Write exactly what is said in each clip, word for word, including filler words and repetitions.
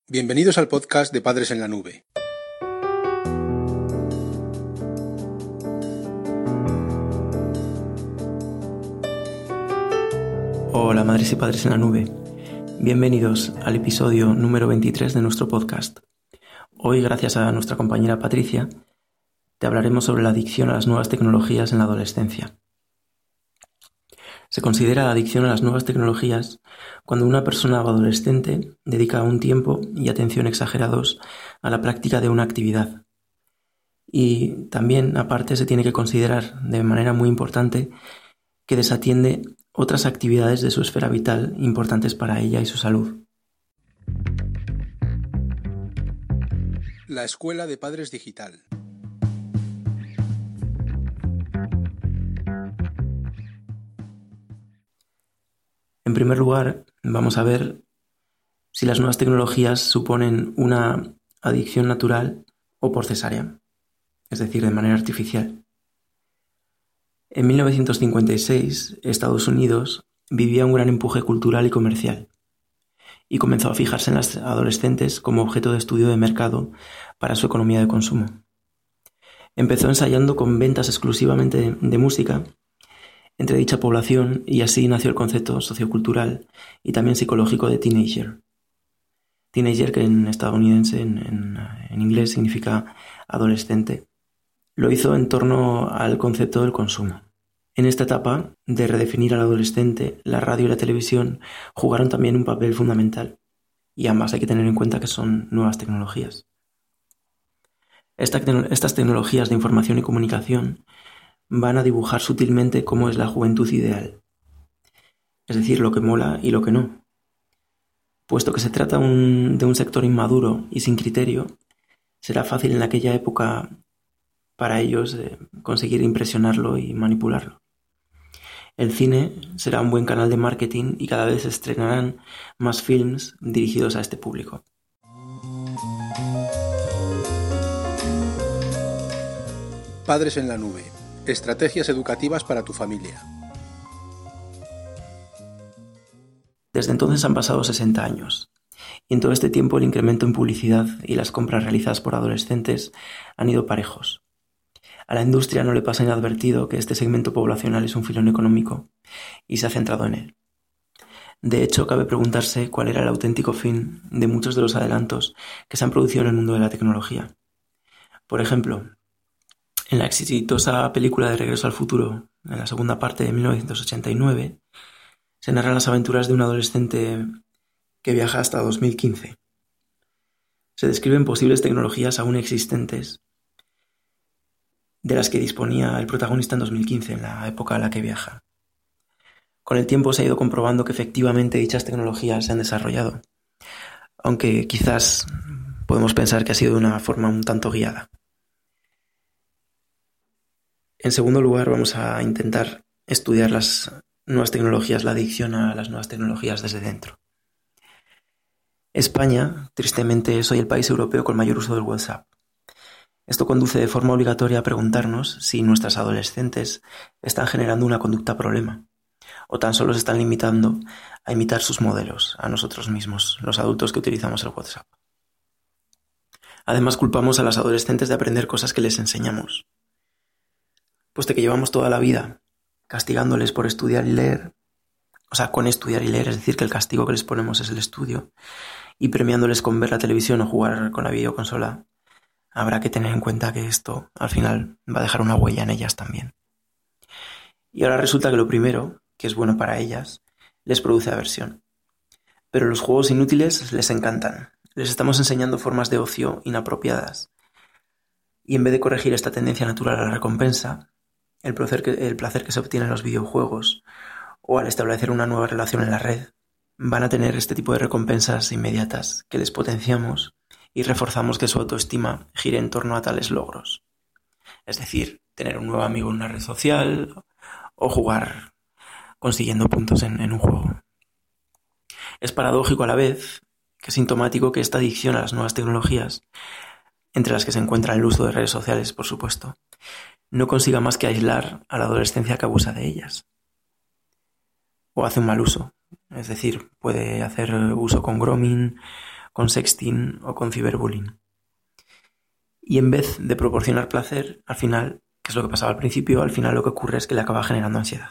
Bienvenidos al podcast de Padres en la Nube. Hola madres y padres en la nube, bienvenidos al episodio número veintitrés de nuestro podcast. Hoy, gracias a nuestra compañera Patricia, te hablaremos sobre la adicción a las nuevas tecnologías en la adolescencia. Se considera adicción a las nuevas tecnologías cuando una persona adolescente dedica un tiempo y atención exagerados a la práctica de una actividad. Y también, aparte, se tiene que considerar de manera muy importante que desatiende otras actividades de su esfera vital importantes para ella y su salud. La Escuela de Padres Digital. En primer lugar, vamos a ver si las nuevas tecnologías suponen una adicción natural o por cesárea, es decir, de manera artificial. En mil novecientos cincuenta y seis, Estados Unidos vivía un gran empuje cultural y comercial y comenzó a fijarse en las adolescentes como objeto de estudio de mercado para su economía de consumo. Empezó ensayando con ventas exclusivamente de, de música entre dicha población y así nació el concepto sociocultural y también psicológico de teenager. Teenager, que en estadounidense, en, en, en inglés, significa adolescente. Lo hizo en torno al concepto del consumo. En esta etapa de redefinir al adolescente, la radio y la televisión jugaron también un papel fundamental, y ambas hay que tener en cuenta que son nuevas tecnologías. Esta, estas tecnologías de información y comunicación van a dibujar sutilmente cómo es la juventud ideal, es decir, lo que mola y lo que no. Puesto que se trata un, de un sector inmaduro y sin criterio, será fácil en aquella época para ellos eh, conseguir impresionarlo y manipularlo. El cine será un buen canal de marketing y cada vez se estrenarán más films dirigidos a este público. Padres en la Nube. Estrategias educativas para tu familia. Desde entonces han pasado sesenta años, y en todo este tiempo el incremento en publicidad y las compras realizadas por adolescentes han ido parejos. A la industria no le pasa inadvertido que este segmento poblacional es un filón económico y se ha centrado en él. De hecho, cabe preguntarse cuál era el auténtico fin de muchos de los adelantos que se han producido en el mundo de la tecnología. Por ejemplo, en la exitosa película de Regreso al Futuro, en la segunda parte de mil novecientos ochenta y nueve, se narran las aventuras de un adolescente que viaja hasta dos mil quince. Se describen posibles tecnologías aún existentes de las que disponía el protagonista en dos mil quince, en la época a la que viaja. Con el tiempo se ha ido comprobando que efectivamente dichas tecnologías se han desarrollado, aunque quizás podemos pensar que ha sido de una forma un tanto guiada. En segundo lugar, vamos a intentar estudiar las nuevas tecnologías, la adicción a las nuevas tecnologías desde dentro. España, tristemente, es hoy el país europeo con mayor uso del WhatsApp. Esto conduce de forma obligatoria a preguntarnos si nuestras adolescentes están generando una conducta problema, o tan solo se están limitando a imitar sus modelos, a nosotros mismos, los adultos que utilizamos el WhatsApp. Además, culpamos a las adolescentes de aprender cosas que les enseñamos, puesto que llevamos toda la vida castigándoles por estudiar y leer, o sea, con estudiar y leer, es decir, que el castigo que les ponemos es el estudio, y premiándoles con ver la televisión o jugar con la videoconsola. Habrá que tener en cuenta que esto, al final, va a dejar una huella en ellas también. Y ahora resulta que lo primero, que es bueno para ellas, les produce aversión. Pero los juegos inútiles les encantan. Les estamos enseñando formas de ocio inapropiadas. Y en vez de corregir esta tendencia natural a la recompensa, el placer que, el placer que se obtiene en los videojuegos o al establecer una nueva relación en la red, van a tener este tipo de recompensas inmediatas que les potenciamos y reforzamos que su autoestima gire en torno a tales logros. Es decir, tener un nuevo amigo en una red social o jugar consiguiendo puntos en, en un juego. Es paradójico a la vez que es sintomático que esta adicción a las nuevas tecnologías, entre las que se encuentra el uso de redes sociales, por supuesto, no consiga más que aislar a la adolescencia que abusa de ellas. O hace un mal uso, es decir, puede hacer uso con grooming con sexting o con ciberbullying. Y en vez de proporcionar placer, al final, que es lo que pasaba al principio, al final lo que ocurre es que le acaba generando ansiedad.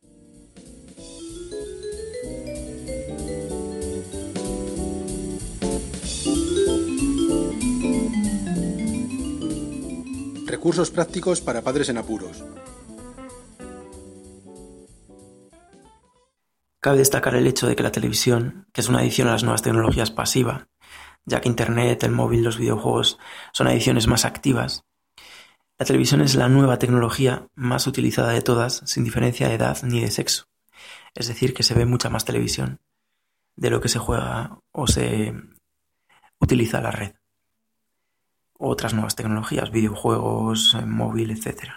Recursos prácticos para padres en apuros. Cabe destacar el hecho de que la televisión, que es una adición a las nuevas tecnologías pasiva, ya que Internet, el móvil, los videojuegos son adiciones más activas, la televisión es la nueva tecnología más utilizada de todas, sin diferencia de edad ni de sexo. Es decir, que se ve mucha más televisión de lo que se juega o se utiliza la red. Otras nuevas tecnologías, videojuegos, móvil, etcétera.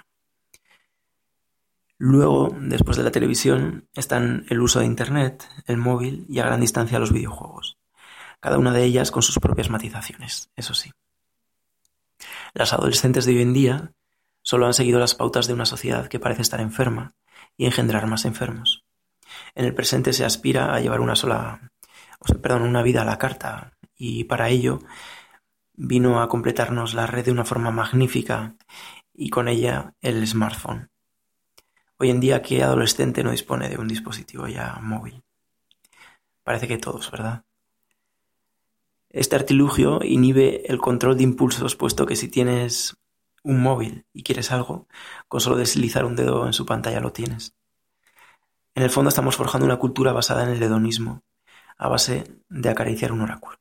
Luego, después de la televisión, están el uso de Internet, el móvil y a gran distancia los videojuegos. Cada una de ellas con sus propias matizaciones, eso sí. Las adolescentes de hoy en día solo han seguido las pautas de una sociedad que parece estar enferma y engendrar más enfermos. En el presente se aspira a llevar una sola, o sea, perdón, una vida a la carta, y para ello vino a completarnos la red de una forma magnífica y con ella el smartphone. Hoy en día, ¿qué adolescente no dispone de un dispositivo ya móvil? Parece que todos, ¿verdad? Este artilugio inhibe el control de impulsos, puesto que si tienes un móvil y quieres algo, con solo deslizar un dedo en su pantalla lo tienes. En el fondo estamos forjando una cultura basada en el hedonismo, a base de acariciar un oráculo.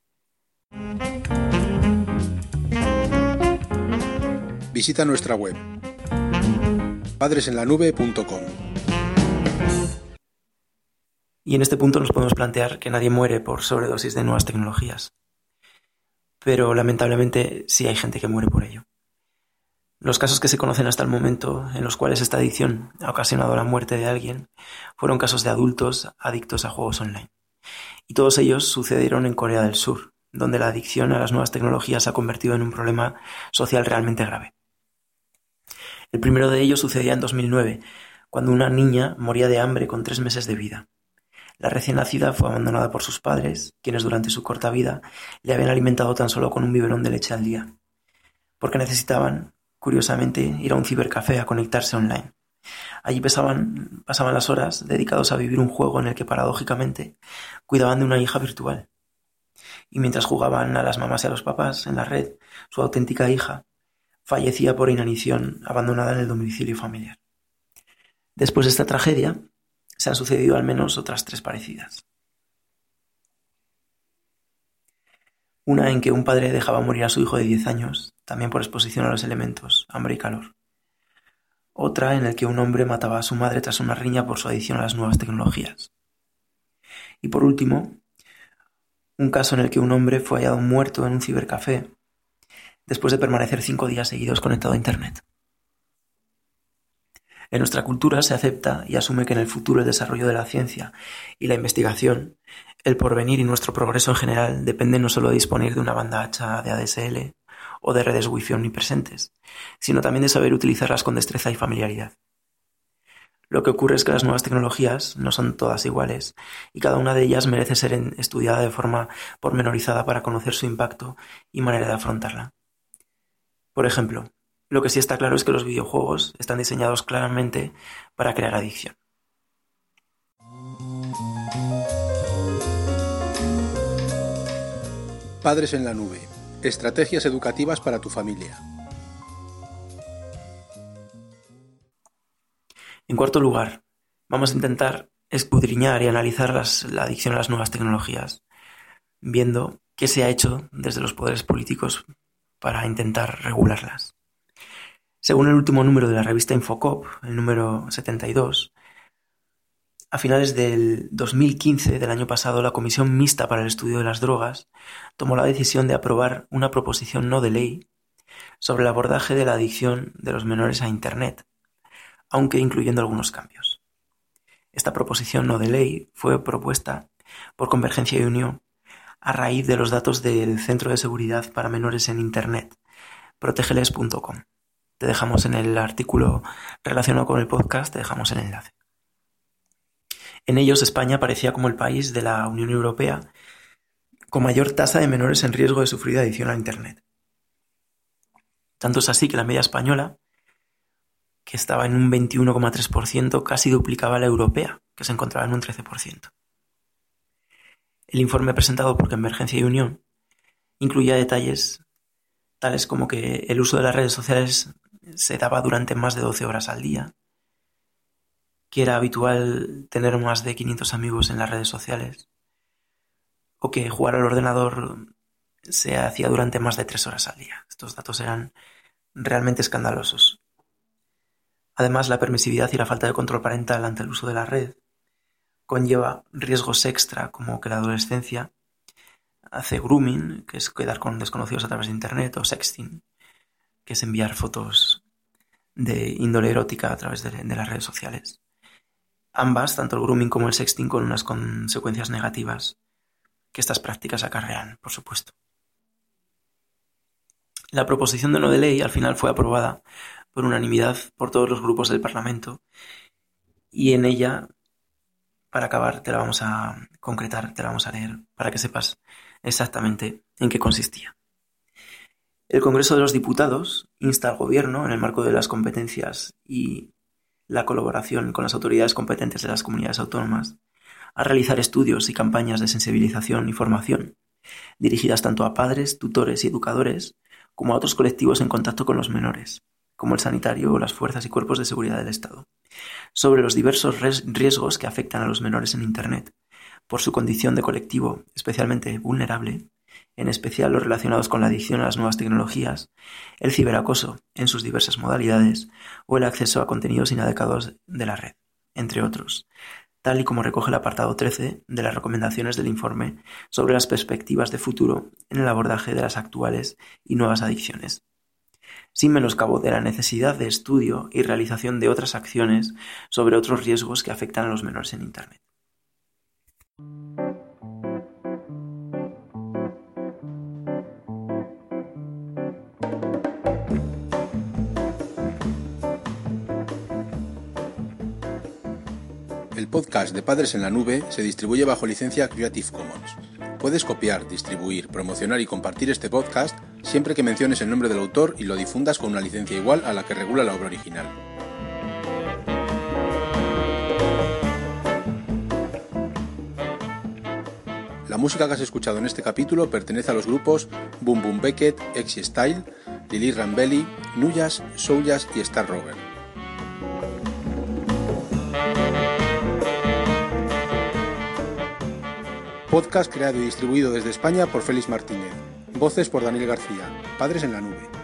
Visita nuestra web padres en la nube punto com. Y en este punto nos podemos plantear que nadie muere por sobredosis de nuevas tecnologías. Pero lamentablemente sí hay gente que muere por ello. Los casos que se conocen hasta el momento en los cuales esta adicción ha ocasionado la muerte de alguien fueron casos de adultos adictos a juegos online. Y todos ellos sucedieron en Corea del Sur, donde la adicción a las nuevas tecnologías se ha convertido en un problema social realmente grave. El primero de ellos sucedía en dos mil nueve, cuando una niña moría de hambre con tres meses de vida. La recién nacida fue abandonada por sus padres, quienes durante su corta vida le habían alimentado tan solo con un biberón de leche al día, porque necesitaban, curiosamente, ir a un cibercafé a conectarse online. Allí pasaban, pasaban las horas dedicados a vivir un juego en el que paradójicamente cuidaban de una hija virtual. Y mientras jugaban a las mamás y a los papás en la red, su auténtica hija fallecía por inanición, abandonada en el domicilio familiar. Después de esta tragedia, se han sucedido al menos otras tres parecidas. Una en que un padre dejaba morir a su hijo de diez años, también por exposición a los elementos, hambre y calor. Otra en la que un hombre mataba a su madre tras una riña por su adicción a las nuevas tecnologías. Y por último, un caso en el que un hombre fue hallado muerto en un cibercafé después de permanecer cinco días seguidos conectado a Internet. En nuestra cultura se acepta y asume que en el futuro el desarrollo de la ciencia y la investigación, el porvenir y nuestro progreso en general dependen no solo de disponer de una banda ancha de A D S L o de redes wifi omnipresentes, sino también de saber utilizarlas con destreza y familiaridad. Lo que ocurre es que las nuevas tecnologías no son todas iguales y cada una de ellas merece ser estudiada de forma pormenorizada para conocer su impacto y manera de afrontarla. Por ejemplo, lo que sí está claro es que los videojuegos están diseñados claramente para crear adicción. Padres en la nube. Estrategias educativas para tu familia. En cuarto lugar, vamos a intentar escudriñar y analizar las, la adicción a las nuevas tecnologías, viendo qué se ha hecho desde los poderes políticos para intentar regularlas. Según el último número de la revista Infocop, el número setenta y dos, a finales del dos mil quince del año pasado, la Comisión Mixta para el Estudio de las Drogas tomó la decisión de aprobar una proposición no de ley sobre el abordaje de la adicción de los menores a Internet, aunque incluyendo algunos cambios. Esta proposición no de ley fue propuesta por Convergencia y Unión a raíz de los datos del Centro de Seguridad para Menores en Internet, protegeles punto com. Te dejamos en el artículo relacionado con el podcast, te dejamos el enlace. En ellos, España aparecía como el país de la Unión Europea con mayor tasa de menores en riesgo de sufrir adicción a Internet. Tanto es así que la media española, que estaba en un veintiuno coma tres por ciento, casi duplicaba la europea, que se encontraba en un trece por ciento. El informe presentado por Convergencia y Unión incluía detalles tales como que el uso de las redes sociales se daba durante más de doce horas al día, que era habitual tener más de quinientos amigos en las redes sociales, o que jugar al ordenador se hacía durante más de tres horas al día. Estos datos eran realmente escandalosos. Además, la permisividad y la falta de control parental ante el uso de la red conlleva riesgos extra como que la adolescencia hace grooming, que es quedar con desconocidos a través de internet, o sexting, que es enviar fotos de índole erótica a través de, de las redes sociales. Ambas, tanto el grooming como el sexting, con unas consecuencias negativas que estas prácticas acarrean, por supuesto. La proposición de no de ley al final fue aprobada por unanimidad por todos los grupos del Parlamento y en ella, para acabar, te la vamos a concretar, te la vamos a leer para que sepas exactamente en qué consistía. El Congreso de los Diputados insta al Gobierno, en el marco de las competencias y la colaboración con las autoridades competentes de las comunidades autónomas, a realizar estudios y campañas de sensibilización y formación dirigidas tanto a padres, tutores y educadores como a otros colectivos en contacto con los menores, como el sanitario o las fuerzas y cuerpos de seguridad del Estado, sobre los diversos riesgos que afectan a los menores en Internet, por su condición de colectivo especialmente vulnerable, en especial los relacionados con la adicción a las nuevas tecnologías, el ciberacoso en sus diversas modalidades o el acceso a contenidos inadecuados de la red, entre otros, tal y como recoge el apartado trece de las recomendaciones del informe sobre las perspectivas de futuro en el abordaje de las actuales y nuevas adicciones, sin menoscabo de la necesidad de estudio y realización de otras acciones sobre otros riesgos que afectan a los menores en Internet. El podcast de Padres en la Nube se distribuye bajo licencia Creative Commons. Puedes copiar, distribuir, promocionar y compartir este podcast siempre que menciones el nombre del autor y lo difundas con una licencia igual a la que regula la obra original. La música que has escuchado en este capítulo pertenece a los grupos Boom Boom Beckett, Exy Style, Lili Rambelli, Nuyas, Souljas y Star Rover. Podcast creado y distribuido desde España por Félix Martínez. Voces por Daniel García. Padres en la Nube.